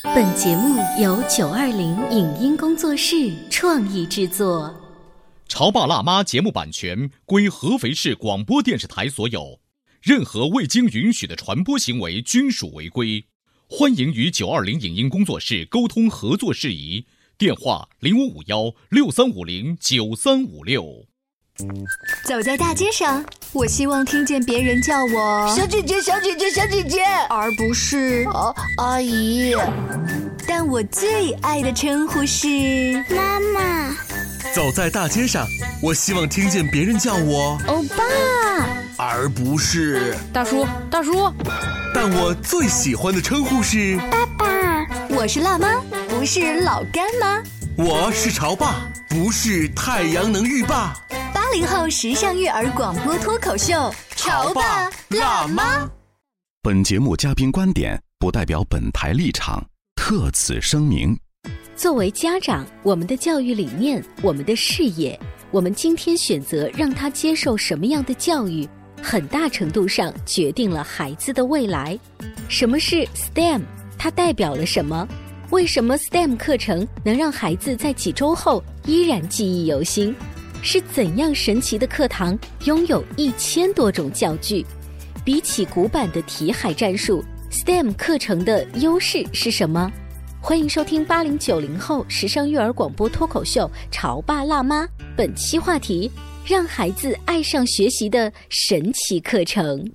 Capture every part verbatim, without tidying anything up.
本节目由九二零影音工作室创意制作。 潮爸辣妈节目版权归合肥市广播电视台所有，任何未经允许的传播行为均属违规。欢迎与九二零影音工作室沟通合作事宜，电话零五五幺六三五零九三五六。 走在大街上，我希望听见别人叫我小姐姐小姐姐小姐姐， 而不是哦阿姨。 但我最爱的称呼是妈妈。 走在大街上，我希望听见别人叫我欧巴， 而不是大叔大叔。 但我最喜欢的称呼是爸爸。 我是辣妈，不是老干妈。 我是潮爸，不是太阳能浴霸。 八零后时尚育儿广播脱口秀，潮爸辣妈。 本节目嘉宾观点不代表本台立场，特此声明。 作为家长，我们的教育理念，我们的视野，我们今天选择让他接受什么样的教育，很大程度上决定了孩子的未来。什么是 S T E M？ 它代表了什么？为什么 S T E M 课程能让孩子在几周后依然记忆犹新？是怎样神奇的课堂拥有一千多种教具？比起古板的题海战术 ，S T E M 课程的优势是什么？欢迎收听八零九零后时尚育儿广播脱口秀《潮爸辣妈》，本期话题：让孩子爱上学习的神奇课程。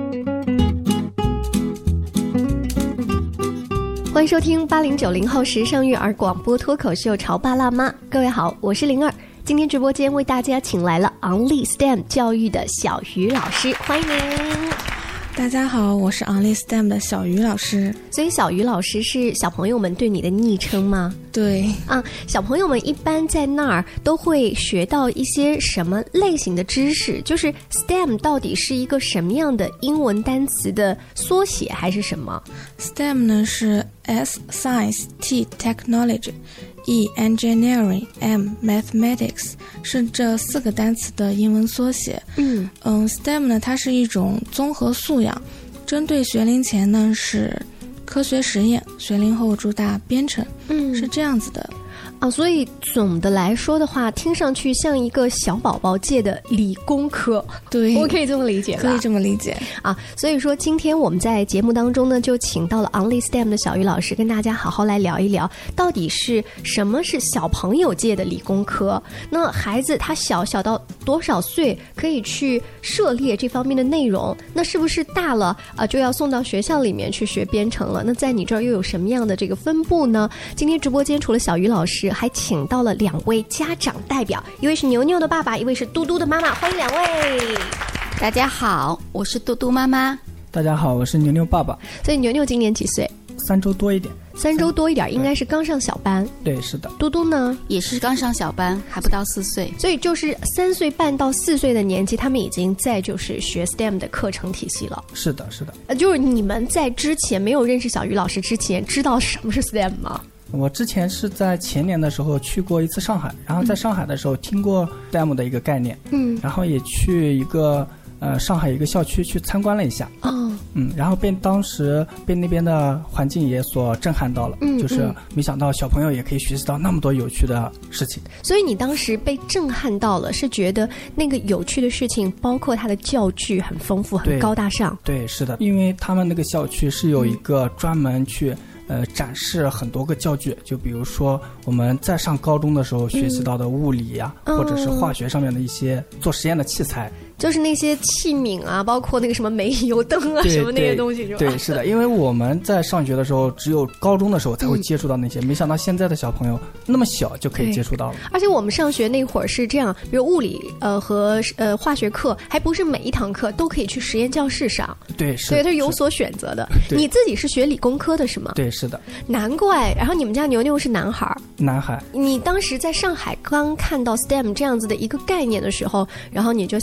欢迎收听八零九零后时尚育儿广播脱口秀《潮爸辣妈》，各位好，我是灵儿。今天直播间为大家请来了昂立 S T E M 教育的小鱼老师，欢迎您。 大家好，我是昂立 S T E M 的小鱼老师。 所以小鱼老师是小朋友们对你的昵称吗？ 对啊，小朋友们一般在那儿都会学到一些什么类型的知识？就是 S T E M 到底是一个什么样的英文单词的缩写还是什么？ S T E M 呢是 S Science T Technology，E Engineering M Mathematics， 是这四个单词的英文缩写。嗯嗯 S T E M 呢它是一种综合素养，针对学龄前呢是科学实验，学龄后主打编程。嗯，是这样子的啊，所以总的来说的话，听上去像一个小宝宝界的理工科。 对， 我可以这么理解吧？ 可以这么理解啊。所以说今天我们在节目当中呢，就请到了昂立 S T E M 的小鱼老师，跟大家好好来聊一聊，到底是什么是小朋友界的理工科？那孩子他小小到多少岁可以去涉猎这方面的内容？那是不是大了啊、呃、就要送到学校里面去学编程了？那在你这儿又有什么样的这个分布呢？今天直播间除了小鱼老师，还请到了两位家长代表，一位是牛牛的爸爸，一位是嘟嘟的妈妈，欢迎两位。 大家好，我是嘟嘟妈妈。 大家好，我是牛牛爸爸。 所以牛牛今年几岁？ 三周多一点。 三周多一点，应该是刚上小班。 对，是的。 嘟嘟呢， 也是刚上小班，还不到四岁。 所以就是三岁半到四岁的年纪，他们已经在就是学 S T E M 的课程体系了。 是的，是的。 呃，就是你们在之前没有认识小鱼老师之前，知道什么是 S T E M 吗？ 我之前是在前年的时候去过一次上海，然后在上海的时候听过 S T E M 的一个概念，嗯，然后也去一个呃上海一个校区去参观了一下，哦，嗯，然后被当时被那边的环境也所震撼到了，嗯，就是没想到小朋友也可以学习到那么多有趣的事情。 所以你当时被震撼到了，是觉得那个有趣的事情，包括它的教具很丰富、很高大上。 对，是的，因为他们那个校区是有一个专门去。呃，展示很多个教具，就比如说我们在上高中的时候学习到的物理呀、啊嗯，或者是化学上面的一些做实验的器材， 就是那些器皿啊，包括那个什么煤油灯啊，什么那些东西是吧？ 对，是的，因为我们在上学的时候，只有高中的时候才会接触到那些，嗯、没想到现在的小朋友那么小就可以接触到了。 而且我们上学那会儿是这样，比如物理呃和呃化学课，还不是每一堂课都可以去实验教室上。 对，是， 所以它是有所选择的。你自己是学理工科的是吗？ 对，是的。 难怪。然后你们家牛牛是男孩。 男孩。 你当时在上海刚看到 S T E M 这样子的一个概念的时候，然后你就想说在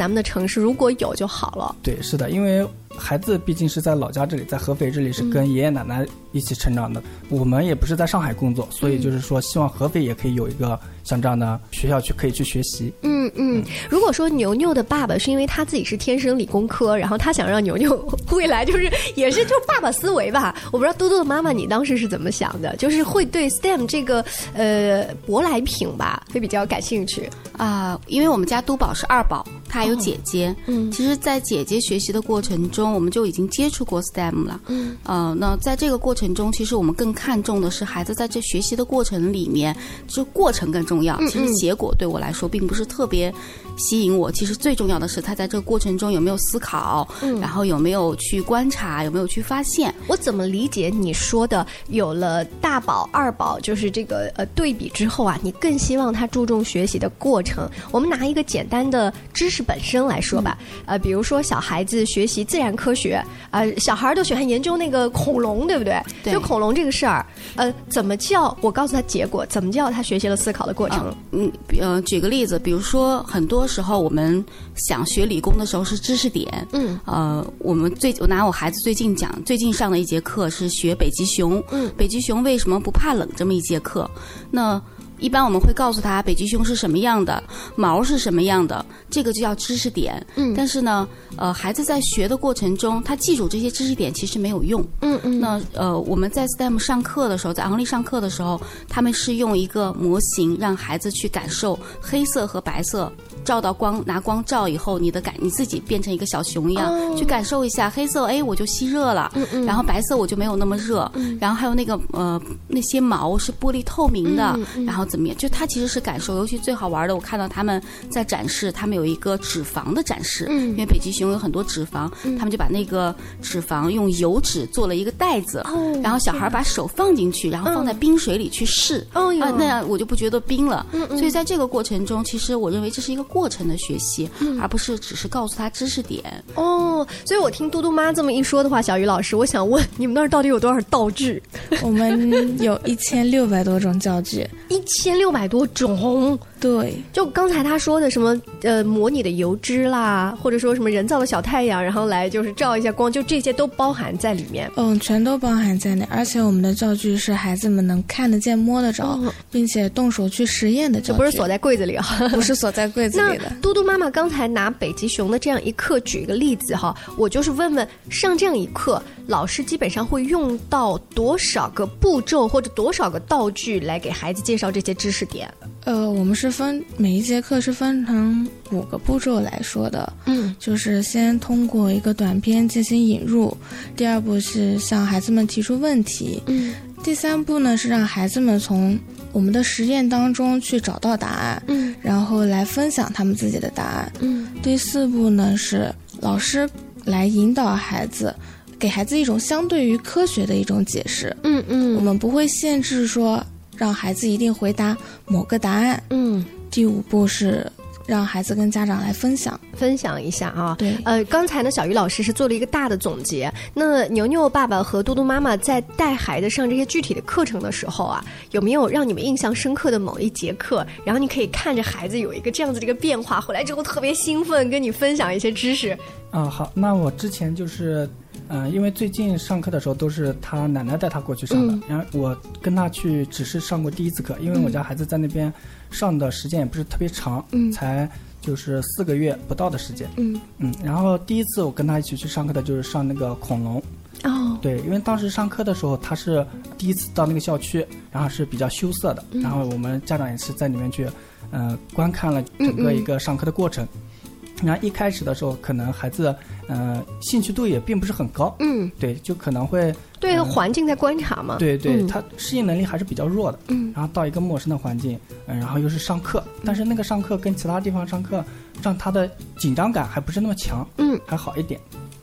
咱们的城市如果有就好了。 对，是的，因为孩子毕竟是在老家这里，在合肥这里是跟爷爷奶奶一起成长的，嗯、我们也不是在上海工作，所以就是说希望合肥也可以有一个像这样的学校去可以去学习。 嗯嗯，如果说牛牛的爸爸是因为他自己是天生理工科，然后他想让牛牛未来就是也是就爸爸思维吧，我不知道多多的妈妈你当时是怎么想的，就是会对 S T E M 这个呃舶来品吧会比较感兴趣啊、呃，因为我们家都宝是二宝，他还有姐姐，哦、嗯，其实在姐姐学习的过程中，我们就已经接触过 S T E M 了，嗯，呃，那在这个过程中，其实我们更看重的是孩子在这学习的过程里面，就过程更重要，嗯嗯，其实结果对我来说并不是特别吸引我，其实最重要的是他在这个过程中有没有思考，嗯，然后有没有去观察，有没有去发现。 我怎么理解你说的有了大宝二宝就是这个呃对比之后啊，你更希望他注重学习的过程。我们拿一个简单的知识本身来说吧，嗯、呃，比如说小孩子学习自然科学，呃，小孩都喜欢研究那个恐龙，对不对？对，就恐龙这个事儿，呃，怎么叫我告诉他结果，怎么叫他学习了思考的过程？ 嗯，呃，举个例子，比如说很多时候我们想学理工的时候是知识点，嗯，呃，我们最我拿我孩子最近讲最近上的一节课是学北极熊，嗯，北极熊为什么不怕冷这么一节课，那一般我们会告诉他北极熊是什么样的，毛是什么样的，这个就叫知识点。嗯，但是呢，呃，孩子在学的过程中，他记住这些知识点其实没有用。嗯嗯。那呃，我们在 S T E M 上课的时候，在昂立上课的时候，他们是用一个模型让孩子去感受黑色和白色。照到光，拿光照以后，你的感你自己变成一个小熊一样，哦、去感受一下黑色，哎，我就吸热了，嗯嗯，然后白色我就没有那么热，嗯、然后还有那个呃那些毛是玻璃透明的，嗯嗯、然后怎么样？就它其实是感受，尤其最好玩的，我看到他们在展示，他们有一个脂肪的展示，嗯、因为北极熊有很多脂肪，嗯、他们就把那个脂肪用油脂做了一个袋子，哦、然后小孩把手放进去，然后放在冰水里去试，哦、啊，那样我就不觉得冰了，嗯嗯，所以在这个过程中，其实我认为这是一个过程的学习，嗯、而不是只是告诉他知识点。 哦，所以我听嘟嘟妈这么一说的话，小鱼老师，我想问你们那儿到底有多少道具？ 我们有一千六百多种教具， 一千六百多种。 对， 就刚才他说的什么呃，模拟的油脂啦，或者说什么人造的小太阳，然后来就是照一下光，就这些都包含在里面。 嗯，全都包含在内，而且我们的教具是孩子们能看得见、摸得着，嗯、并且动手去实验的教具， 这不是锁在柜子里啊， 不是锁在柜子里的。 嘟嘟妈妈刚才拿北极熊的这样一课举个例子哈，我就是问问，上这样一课，老师基本上会用到多少个步骤或者多少个道具来给孩子介绍这些知识点？ 呃，我们是分每一节课是分成五个步骤来说的，嗯，就是先通过一个短片进行引入，第二步是向孩子们提出问题，嗯，第三步呢是让孩子们从我们的实验当中去找到答案，嗯，然后来分享他们自己的答案，嗯，第四步呢是老师来引导孩子，给孩子一种相对于科学的一种解释，嗯嗯，我们不会限制说让孩子一定回答某个答案，嗯，第五步是让孩子跟家长来分享分享一下啊。 对， 呃，刚才呢，小鱼老师是做了一个大的总结。那牛牛爸爸和嘟嘟妈妈在带孩子上这些具体的课程的时候啊，有没有让你们印象深刻的某一节课？然后你可以看着孩子有一个这样子的一个变化，回来之后特别兴奋，跟你分享一些知识。 啊，好，那我之前就是。嗯、呃，因为最近上课的时候都是他奶奶带他过去上的，嗯、然后我跟他去只是上过第一次课，因为我家孩子在那边上的时间也不是特别长，嗯，才就是四个月不到的时间，嗯嗯，然后第一次我跟他一起去上课的就是上那个恐龙。哦，对，因为当时上课的时候他是第一次到那个校区，然后是比较羞涩的，嗯、然后我们家长也是在里面去，呃，观看了整个一个上课的过程。嗯嗯，然后一开始的时候，可能孩子，呃，兴趣度也并不是很高，嗯，对，就可能会对、呃、环境在观察嘛， 对对，嗯、他适应能力还是比较弱的，嗯，然后到一个陌生的环境，嗯、呃，然后又是上课，但是那个上课跟其他地方上课，让他的紧张感还不是那么强，嗯，还好一点。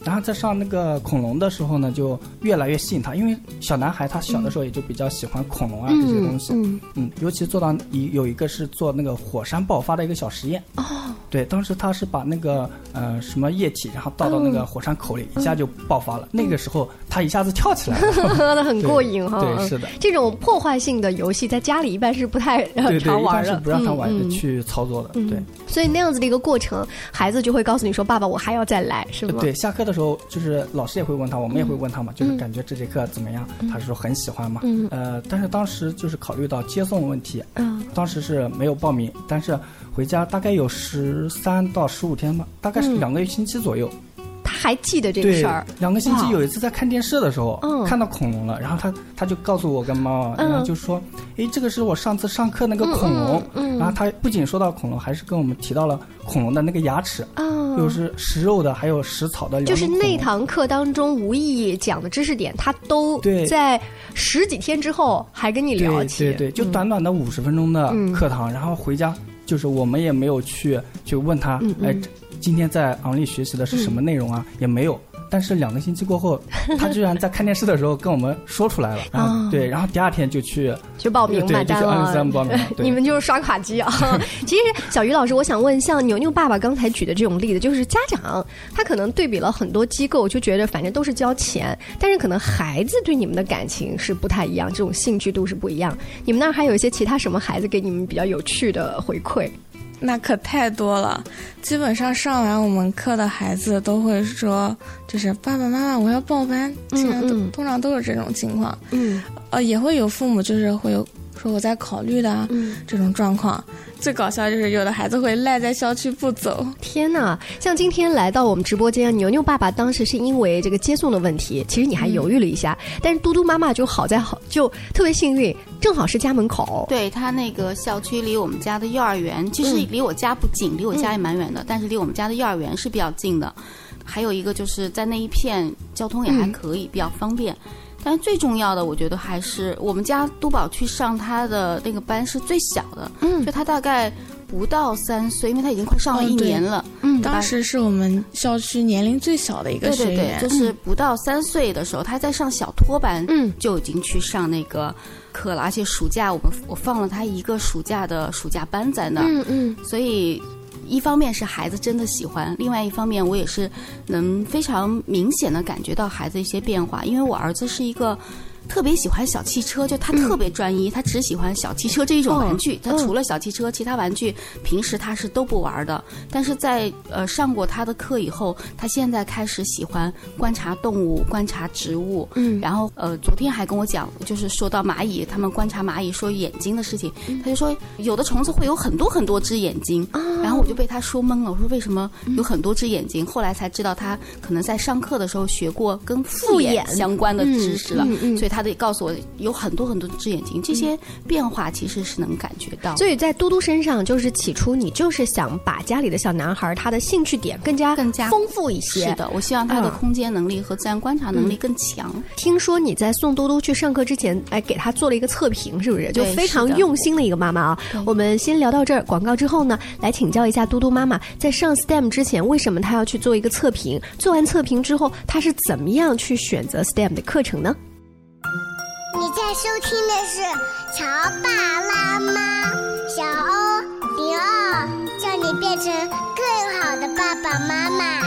然后在上那个恐龙的时候呢，就越来越吸引他，因为小男孩他小的时候也就比较喜欢恐龙啊、嗯、这些东西，嗯嗯，尤其做到一有一个是做那个火山爆发的一个小实验，哦，对，当时他是把那个呃什么液体，然后倒到那个火山口里，嗯、一下就爆发了，嗯、那个时候他一下子跳起来了， 那很过瘾哈。 对，是的， 这种破坏性的游戏在家里一般是不太对常玩的， 对，一般是不让他玩的、嗯、去操作的， 嗯、 对。 所以那样子的一个过程，孩子就会告诉你说：“爸爸，我还要再来，是吗？” 对，下课的时候就是老师也会问他，我们也会问他嘛，嗯、就是感觉这节课怎么样？嗯、他是说很喜欢嘛。嗯、呃，但是当时就是考虑到接送问题，嗯，当时是没有报名，但是回家大概有十三到十五天吧，大概是两个星期左右。嗯， 他还记得这个事儿。 两个星期有一次在看电视的时候，嗯、看到恐龙了，然后他他就告诉我跟妈妈，嗯、然后就说：“哎，这个是我上次上课那个恐龙。嗯”嗯，然后他不仅说到恐龙，还是跟我们提到了恐龙的那个牙齿，嗯、又是食肉的，还有食草的。 就是那堂课当中无意讲的知识点，他都在十几天之后还跟你聊起。 对对对，就短短的五十分钟的课堂，嗯、然后回家就是我们也没有去去问他，嗯嗯、哎。今天在昂立学习的是什么内容啊？嗯、也没有。但是两个星期过后，他居然在看电视的时候跟我们说出来了。然后、哦、对，然后第二天就去去报名买单了。 对，就去昂立报名。 你们就是刷卡机啊！其实小鱼老师，我想问，像牛牛爸爸刚才举的这种例子，就是家长他可能对比了很多机构，就觉得反正都是交钱，但是可能孩子对你们的感情是不太一样，这种兴趣度是不一样。你们那儿还有一些其他什么孩子给你们比较有趣的回馈？ 那可太多了，基本上上完我们课的孩子都会说，就是爸爸妈妈我要报班，现在都、嗯嗯、通常都是这种情况。嗯，呃，也会有父母就是会有说我在考虑的、啊嗯、这种状况。最搞笑就是有的孩子会赖在校区不走。 天哪！像今天来到我们直播间，牛牛爸爸当时是因为这个接送的问题，其实你还犹豫了一下，嗯、但是嘟嘟妈妈就好在好就特别幸运，正好是家门口。 对，他那个校区离我们家的幼儿园，其实离我家不近，嗯、离我家也蛮远的，嗯、但是离我们家的幼儿园是比较近的。还有一个就是在那一片交通也还可以，嗯、比较方便。但是最重要的，我觉得还是我们家都宝去上他的那个班是最小的，嗯，就他大概不到三岁，因为他已经快上了一年了。 嗯，当时是我们校区年龄最小的一个学员， 对对对，就是不到三岁的时候，他在上小托班，嗯，就已经去上那个课了，而且暑假我们我放了他一个暑假的暑假班在那儿，嗯嗯，所以。一方面是孩子真的喜欢，另外一方面我也是能非常明显的感觉到孩子一些变化，因为我儿子是一个特别喜欢小汽车，就他特别专一，嗯、他只喜欢小汽车这一种玩具，哦、他除了小汽车，嗯、其他玩具平时他是都不玩的。但是在呃上过他的课以后，他现在开始喜欢观察动物、观察植物。嗯，然后呃昨天还跟我讲，就是说到蚂蚁，他们观察蚂蚁说眼睛的事情，嗯、他就说有的虫子会有很多很多只眼睛，哦、然后我就被他说懵了，我说为什么有很多只眼睛？嗯、后来才知道他可能在上课的时候学过跟复眼相关的知识了，嗯嗯嗯、所以他。他得告诉我有很多很多只眼睛，这些变化其实是能感觉到。 所以在嘟嘟身上，就是起初你就是想把家里的小男孩他的兴趣点更加更加丰富一些。 是的，我希望他的空间能力和自然观察能力更强。嗯、 听说你在送嘟嘟去上课之前，哎，给他做了一个测评，是不是？就非常用心的一个妈妈啊。我们先聊到这儿，广告之后呢，来请教一下嘟嘟妈妈，在上 S T E M 之前，为什么她要去做一个测评？做完测评之后，她是怎么样去选择 S T E M 的课程呢？ 你在收听的是乔爸拉妈，小欧零二，叫你变成更好的爸爸妈妈。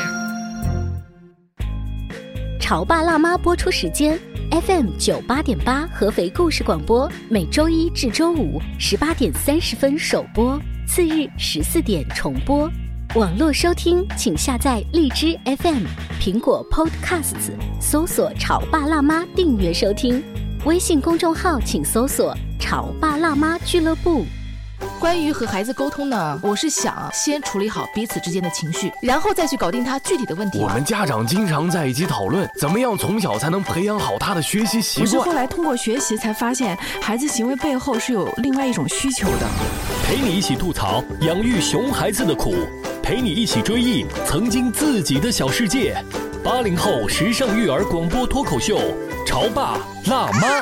潮爸辣妈播出时间 F M 九八点八合肥故事广播，每周一至周五十八点三十分首播，次日十四点重播。网络收听请下载荔枝 F M、苹果 Podcasts， 搜索潮爸辣妈订阅收听。微信公众号请搜索潮爸辣妈俱乐部。 关于和孩子沟通呢，我是想先处理好彼此之间的情绪，然后再去搞定他具体的问题。 我们家长经常在一起讨论，怎么样从小才能培养好他的学习习惯。 我是后来通过学习才发现，孩子行为背后是有另外一种需求的。 陪你一起吐槽养育熊孩子的苦，陪你一起追忆曾经自己的小世界。八零后时尚育儿广播脱口秀，潮爸辣妈。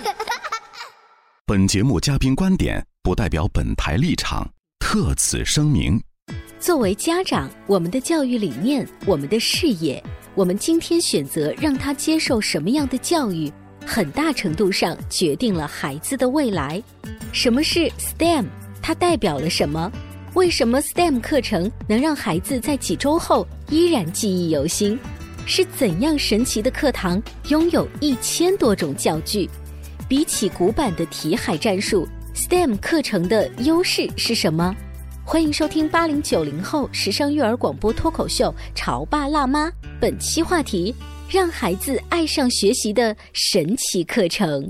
本节目嘉宾观点不代表本台立场，特此声明。 作为家长，我们的教育理念，我们的视野， 我们今天选择让他接受什么样的教育，很大程度上决定了孩子的未来。什么是 S T E M？ 它代表了什么？为什么 S T E M 课程能让孩子在几周后依然记忆犹新？是怎样神奇的课堂拥有一千多种教具？比起古板的题海战术， S T E M 课程的优势是什么？欢迎收听八零九零后时尚育儿广播脱口秀《潮爸辣妈》，本期话题：让孩子爱上学习的神奇课程。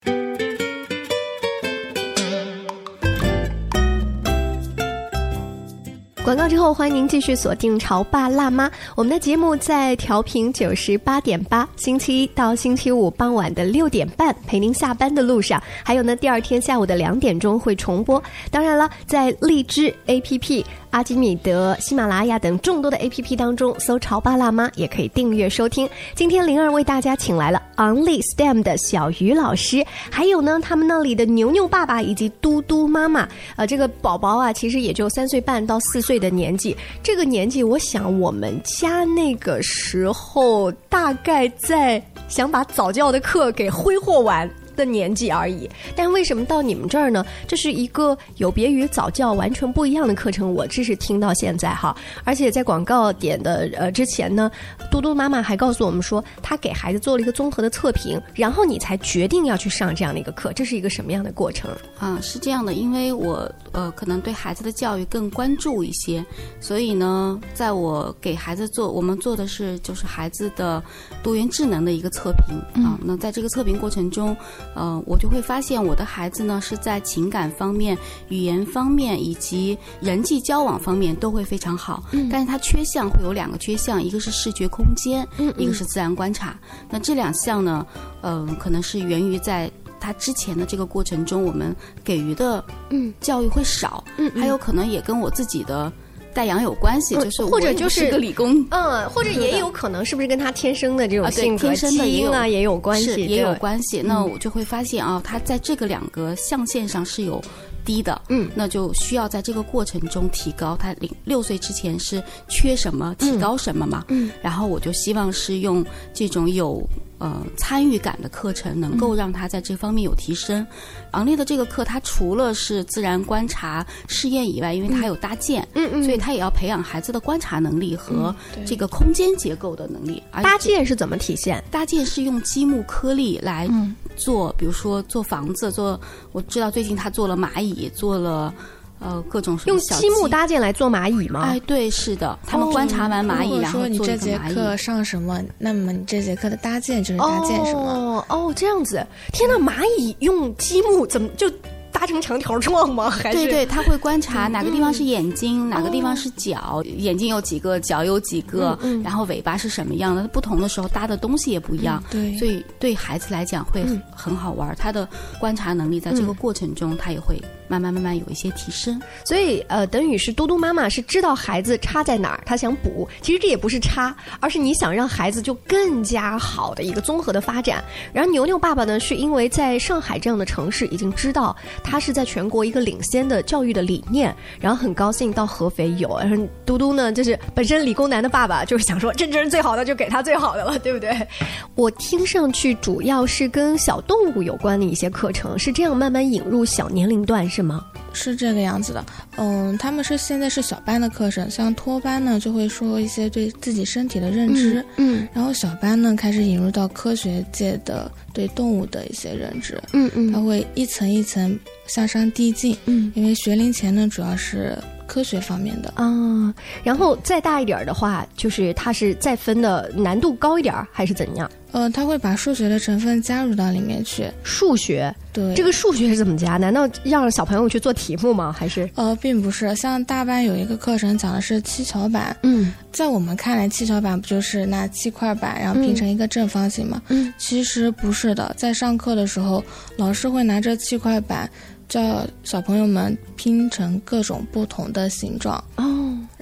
广告之后，欢迎您继续锁定潮爸辣妈。我们的节目在调频九十八点八，星期一到星期五傍晚的六点半陪您下班的路上，还有呢第二天下午的两点钟会重播。当然了，在荔枝 A P P、阿基米德、喜马拉雅等众多的 A P P 当中搜潮爸辣妈也可以订阅收听。今天灵儿为大家请来了 Only S T E M 的小鱼老师，还有呢他们那里的牛牛爸爸以及嘟嘟妈妈。呃，这个宝宝啊其实也就三岁半到四岁的年纪，这个年纪我想我们家那个时候大概在想把早教的课给挥霍完的年纪而已。但为什么到你们这儿呢？这是一个有别于早教完全不一样的课程，我这是听到现在哈。而且在广告点的呃之前呢，嘟嘟妈妈还告诉我们说，她给孩子做了一个综合的测评，然后你才决定要去上这样的一个课，这是一个什么样的过程啊？是这样的，因为我呃可能对孩子的教育更关注一些，所以呢，在我给孩子做，我们做的是就是孩子的多元智能的一个测评、嗯、啊。那在这个测评过程中，呃，我就会发现我的孩子呢是在情感方面、语言方面以及人际交往方面都会非常好，嗯、但是他缺项会有两个缺项，一个是视觉空间，嗯、一个是自然观察。那这两项呢，呃，可能是源于在他之前的这个过程中，我们给予的教育会少，嗯，还有可能也跟我自己的带养有关系，就是或者就是个理工， 嗯，或者也有可能是不是跟他天生的这种性格、基因啊也有关系， 也有关系。那我就会发现啊，他在这个两个象限上是有低的，嗯，那就需要在这个过程中提高。他零六岁之前是缺什么，提高什么嘛，嗯，然后我就希望是用这种有呃参与感的课程，能够让他在这方面有提升。昂丽的这个课，它除了是自然观察、试验以外，因为它还有搭建，嗯嗯，所以它也要培养孩子的观察能力和这个空间结构的能力。 嗯、搭建是怎么体现？ 搭建是用积木颗粒来做，嗯、比如说做房子，做我知道最近他做了蚂蚁，做了。呃，各种用积木搭建来做蚂蚁吗？ 哎，对，是的，他们观察完蚂蚁， 哦、 然后做一个蚂蚁。 如果说你这节课上什么，那么你这节课的搭建就是搭建什么？ 哦哦，这样子。天哪，蚂蚁用积木怎么就搭成长条状吗？还是对对，他会观察哪个地方是眼睛，嗯、哪个地方是脚，哦、眼睛有几个，脚有几个，嗯嗯、然后尾巴是什么样的？不同的时候搭的东西也不一样，嗯、对，所以对孩子来讲会很好玩。嗯、他的观察能力在这个过程中，嗯、他也会慢慢慢慢有一些提升。 所以呃，等于是嘟嘟妈妈是知道孩子差在哪儿，她想补。其实这也不是差，而是你想让孩子就更加好的一个综合的发展。然后牛牛爸爸呢，是因为在上海这样的城市已经知道他是在全国一个领先的教育的理念，然后很高兴到合肥有。然后嘟嘟呢，就是本身理工男的爸爸，就是想说这真是最好的，就给他最好的了，对不对？我听上去主要是跟小动物有关的一些课程，是这样慢慢引入小年龄段是吗？ 是这个样子的，嗯，他们是现在是小班的课程，像托班呢就会说一些对自己身体的认知，嗯，嗯然后小班呢开始引入到科学界的对动物的一些认知，嗯嗯，他会一层一层向上递进，嗯，因为学龄前呢主要是科学方面的啊，然后再大一点的话，就是它是再分的难度高一点还是怎样？ 呃，他会把数学的成分加入到里面去。 数学， 对， 这个数学是怎么加？难道让小朋友去做题目吗？还是？ 呃，并不是。像大班有一个课程讲的是七巧板，嗯，在我们看来，七巧板不就是拿七块板，然后拼成一个正方形吗？嗯，其实不是的。在上课的时候，老师会拿着七块板，叫小朋友们拼成各种不同的形状哦。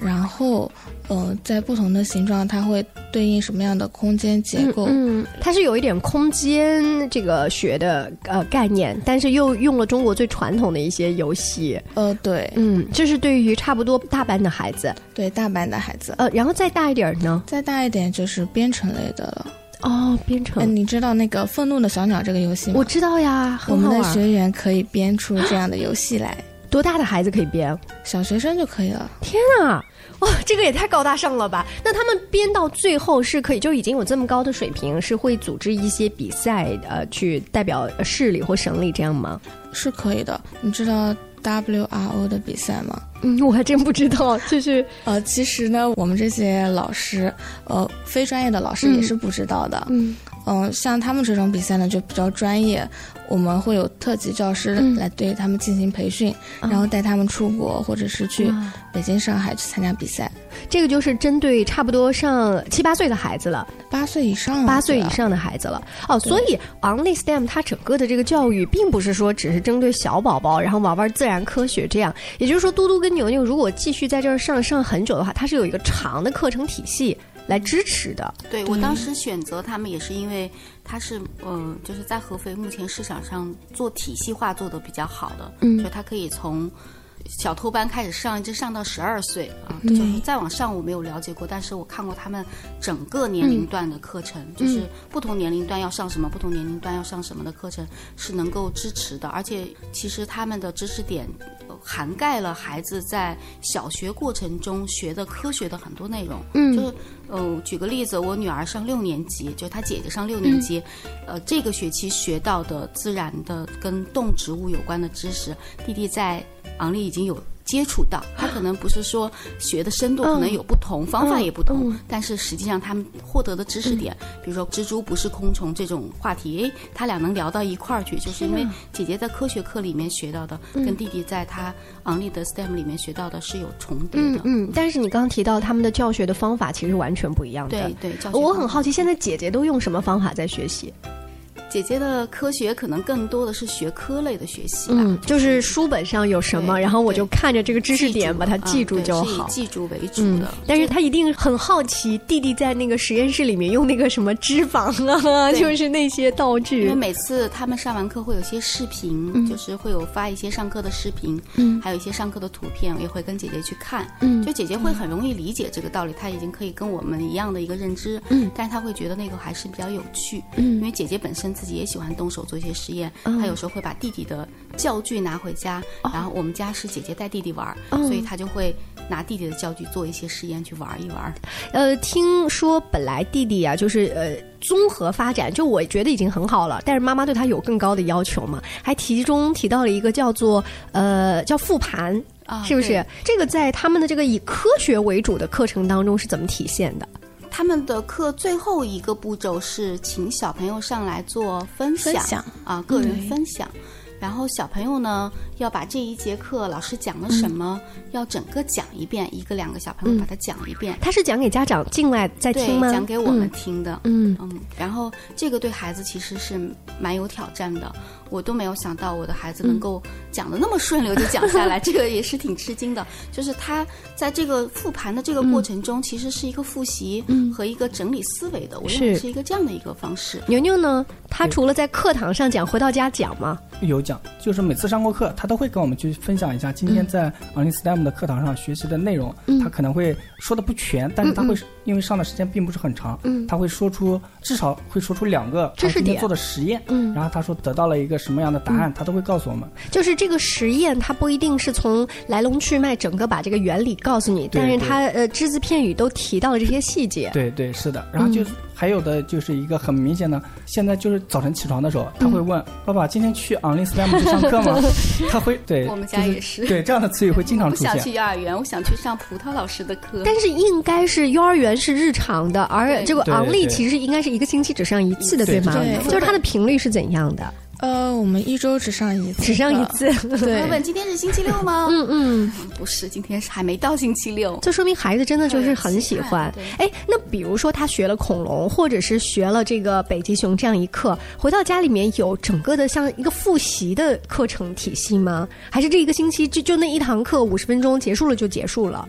然后呃，在不同的形状它会对应什么样的空间结构。 嗯，嗯它是有一点空间这个学的呃概念，但是又用了中国最传统的一些游戏。 呃，对， 嗯，这是对于差不多大班的孩子。 对，大班的孩子。 呃，然后再大一点呢？ 再大一点就是编程类的了。 哦，编程、 呃。你知道那个愤怒的小鸟这个游戏吗？ 我知道呀，很好玩。 我们的学员可以编出这样的游戏来。 多大的孩子可以编？ 小学生就可以了。 天啊！哇，这个也太高大上了吧！那他们编到最后是可以就已经有这么高的水平，是会组织一些比赛，呃，去代表市里或省里这样吗？ 是可以的。你知道 W R O 的比赛吗？ 嗯，我还真不知道。就是呃，其实呢，我们这些老师，呃，非专业的老师也是不知道的。嗯嗯、呃，像他们这种比赛呢，就比较专业。我们会有特级教师来对他们进行培训，嗯、然后带他们出国，或者是去北京、上海去参加比赛。 这个就是针对差不多上七八岁的孩子了， 八岁以上， 八岁以上的孩子了。哦，所以 Only STEM 它整个的这个教育，并不是说只是针对小宝宝，然后玩玩自然科学这样。也就是说，嘟嘟跟牛牛如果继续在这儿上上很久的话，它是有一个长的课程体系来支持的。 对，我当时选择他们也是因为它是呃，就是在合肥目前市场上做体系化做的比较好的，嗯，就它可以从小偷班开始上，一直上到十二岁啊，嗯、就是再往上我没有了解过，但是我看过他们整个年龄段的课程，嗯、就是不同年龄段要上什么，不同年龄段要上什么的课程是能够支持的，而且其实他们的知识点涵盖了孩子在小学过程中学的科学的很多内容。嗯，就是呃，举个例子，我女儿上六年级，就她姐姐上六年级，嗯、呃，这个学期学到的自然的跟动植物有关的知识，弟弟在昂立已经有接触到，他可能不是说学的深度可能有不同，嗯、方法也不同，嗯、但是实际上他们获得的知识点，嗯、比如说蜘蛛不是空虫这种话题，诶，他俩能聊到一块儿去，就是因为姐姐在科学课里面学到的，嗯、跟弟弟在他昂立的 S T E M 里面学到的是有重叠的。 嗯嗯，但是你刚刚提到他们的教学的方法其实完全不一样的。 对对，教学我很好奇，现在姐姐都用什么方法在学习？ 姐姐的科学可能更多的是学科类的学习吧， 嗯，就是书本上有什么，然后我就看着这个知识点把它记住就好， 嗯、是以记住为主的。嗯、 但是他一定很好奇弟弟在那个实验室里面用那个什么脂肪啊，就是那些道具。 因为每次他们上完课会有些视频，嗯、就是会有发一些上课的视频，嗯，还有一些上课的图片，我也会跟姐姐去看。嗯，就姐姐会很容易理解这个道理，她已经可以跟我们一样的一个认知，嗯，但是她会觉得那个还是比较有趣，嗯，因为姐姐本身自己也喜欢动手做一些实验，嗯、她有时候会把弟弟的教具拿回家，哦、然后我们家是姐姐带弟弟玩，哦、所以她就会拿弟弟的教具做一些实验去玩一玩。 呃，听说本来弟弟啊，就是呃综合发展，就我觉得已经很好了，但是妈妈对他有更高的要求嘛，还其中提到了一个叫做呃叫复盘。啊、是不是这个在他们的这个以科学为主的课程当中是怎么体现的？ 他们的课最后一个步骤是请小朋友上来做分享，分享啊，个人分享。嗯、然后小朋友呢要把这一节课老师讲了什么，嗯、要整个讲一遍，一个两个小朋友把它讲一遍。 嗯、他是讲给家长进来再听吗？ 对，讲给我们听的。嗯嗯。然后这个对孩子其实是蛮有挑战的。我都没有想到我的孩子能够讲得那么顺溜就讲下来，嗯、这个也是挺吃惊的。就是他在这个复盘的这个过程中，嗯、其实是一个复习和一个整理思维的。嗯、我认为是一个这样的一个方式。 牛牛呢，他除了在课堂上讲，回到家讲吗？ 有讲，就是每次上过课，他都会跟我们去分享一下今天在 Only S T E M 的课堂上学习的内容。嗯、他可能会说的不全，但是他会、嗯、因为上的时间并不是很长，嗯、他会说出至少会说出两个他今天做的实验，嗯、然后他说得到了一个什么样的答案，嗯、他都会告诉我们。 就是这个实验，它不一定是从来龙去脉，整个把这个原理告诉你，但是他呃只字片语都提到了这些细节。 对对是的，然后就是、嗯、还有的就是一个很明显的，现在就是早晨起床的时候，他会问、嗯、爸爸今天去 Only S T E M 去上课吗？他会对， 我们家也是、 就是、对这样的词语会经常出现。 我不想去幼儿园，我想去上葡萄老师的课。 但是应该是幼儿园是日常的，而这个 Only 其实应该是一个星期只上一次的， 对, 对吗？对，就是它的频率是怎样的？ 呃，我们一周只上一次， 只上一次。 对，问今天是星期六吗？嗯嗯，不是，今天是还没到星期六。 这说明孩子真的就是很喜欢。哎，那比如说他学了恐龙，或者是学了这个北极熊这样一课，回到家里面有整个的像一个复习的课程体系吗？还是这一个星期就就那一堂课五十分钟结束了就结束了？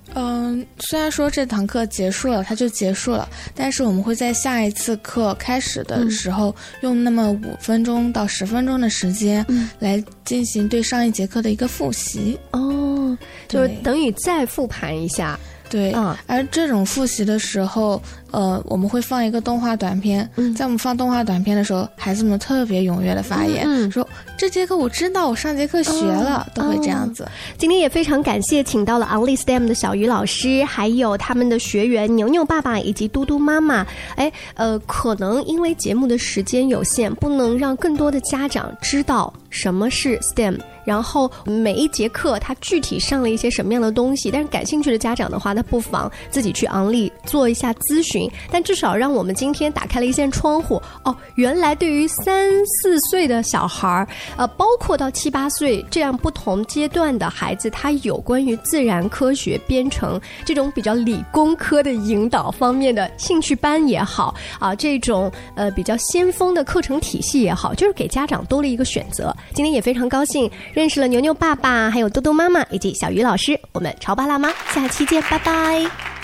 嗯，虽然说这堂课结束了，它就结束了，但是我们会在下一次课开始的时候，嗯、用那么五分钟到十分钟的时间，嗯、来进行对上一节课的一个复习。 哦，就是等于再复盘一下。 对，嗯，而这种复习的时候，呃，我们会放一个动画短片。嗯，在我们放动画短片的时候，孩子们特别踊跃的发言，嗯、说这节课我知道，我上节课学了，哦、都会这样子。 哦、今天也非常感谢请到了 Only S T E M 的小鱼老师，还有他们的学员牛牛爸爸以及嘟嘟妈妈。哎，呃，可能因为节目的时间有限，不能让更多的家长知道什么是 S T E M。然后每一节课他具体上了一些什么样的东西，但是感兴趣的家长的话，他不妨自己去昂立做一下咨询，但至少让我们今天打开了一扇窗户。哦，原来对于三四岁的小孩，呃，包括到七八岁这样不同阶段的孩子，他有关于自然科学编程这种比较理工科的引导方面的兴趣班也好啊，这种呃比较先锋的课程体系也好，就是给家长多了一个选择。今天也非常高兴认识了牛牛爸爸，还有嘟嘟妈妈以及小鱼老师。我们潮爸辣妈下期见，拜拜。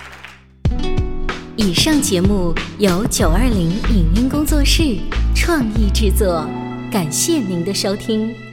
以上节目由九二零影音工作室创意制作，感谢您的收听。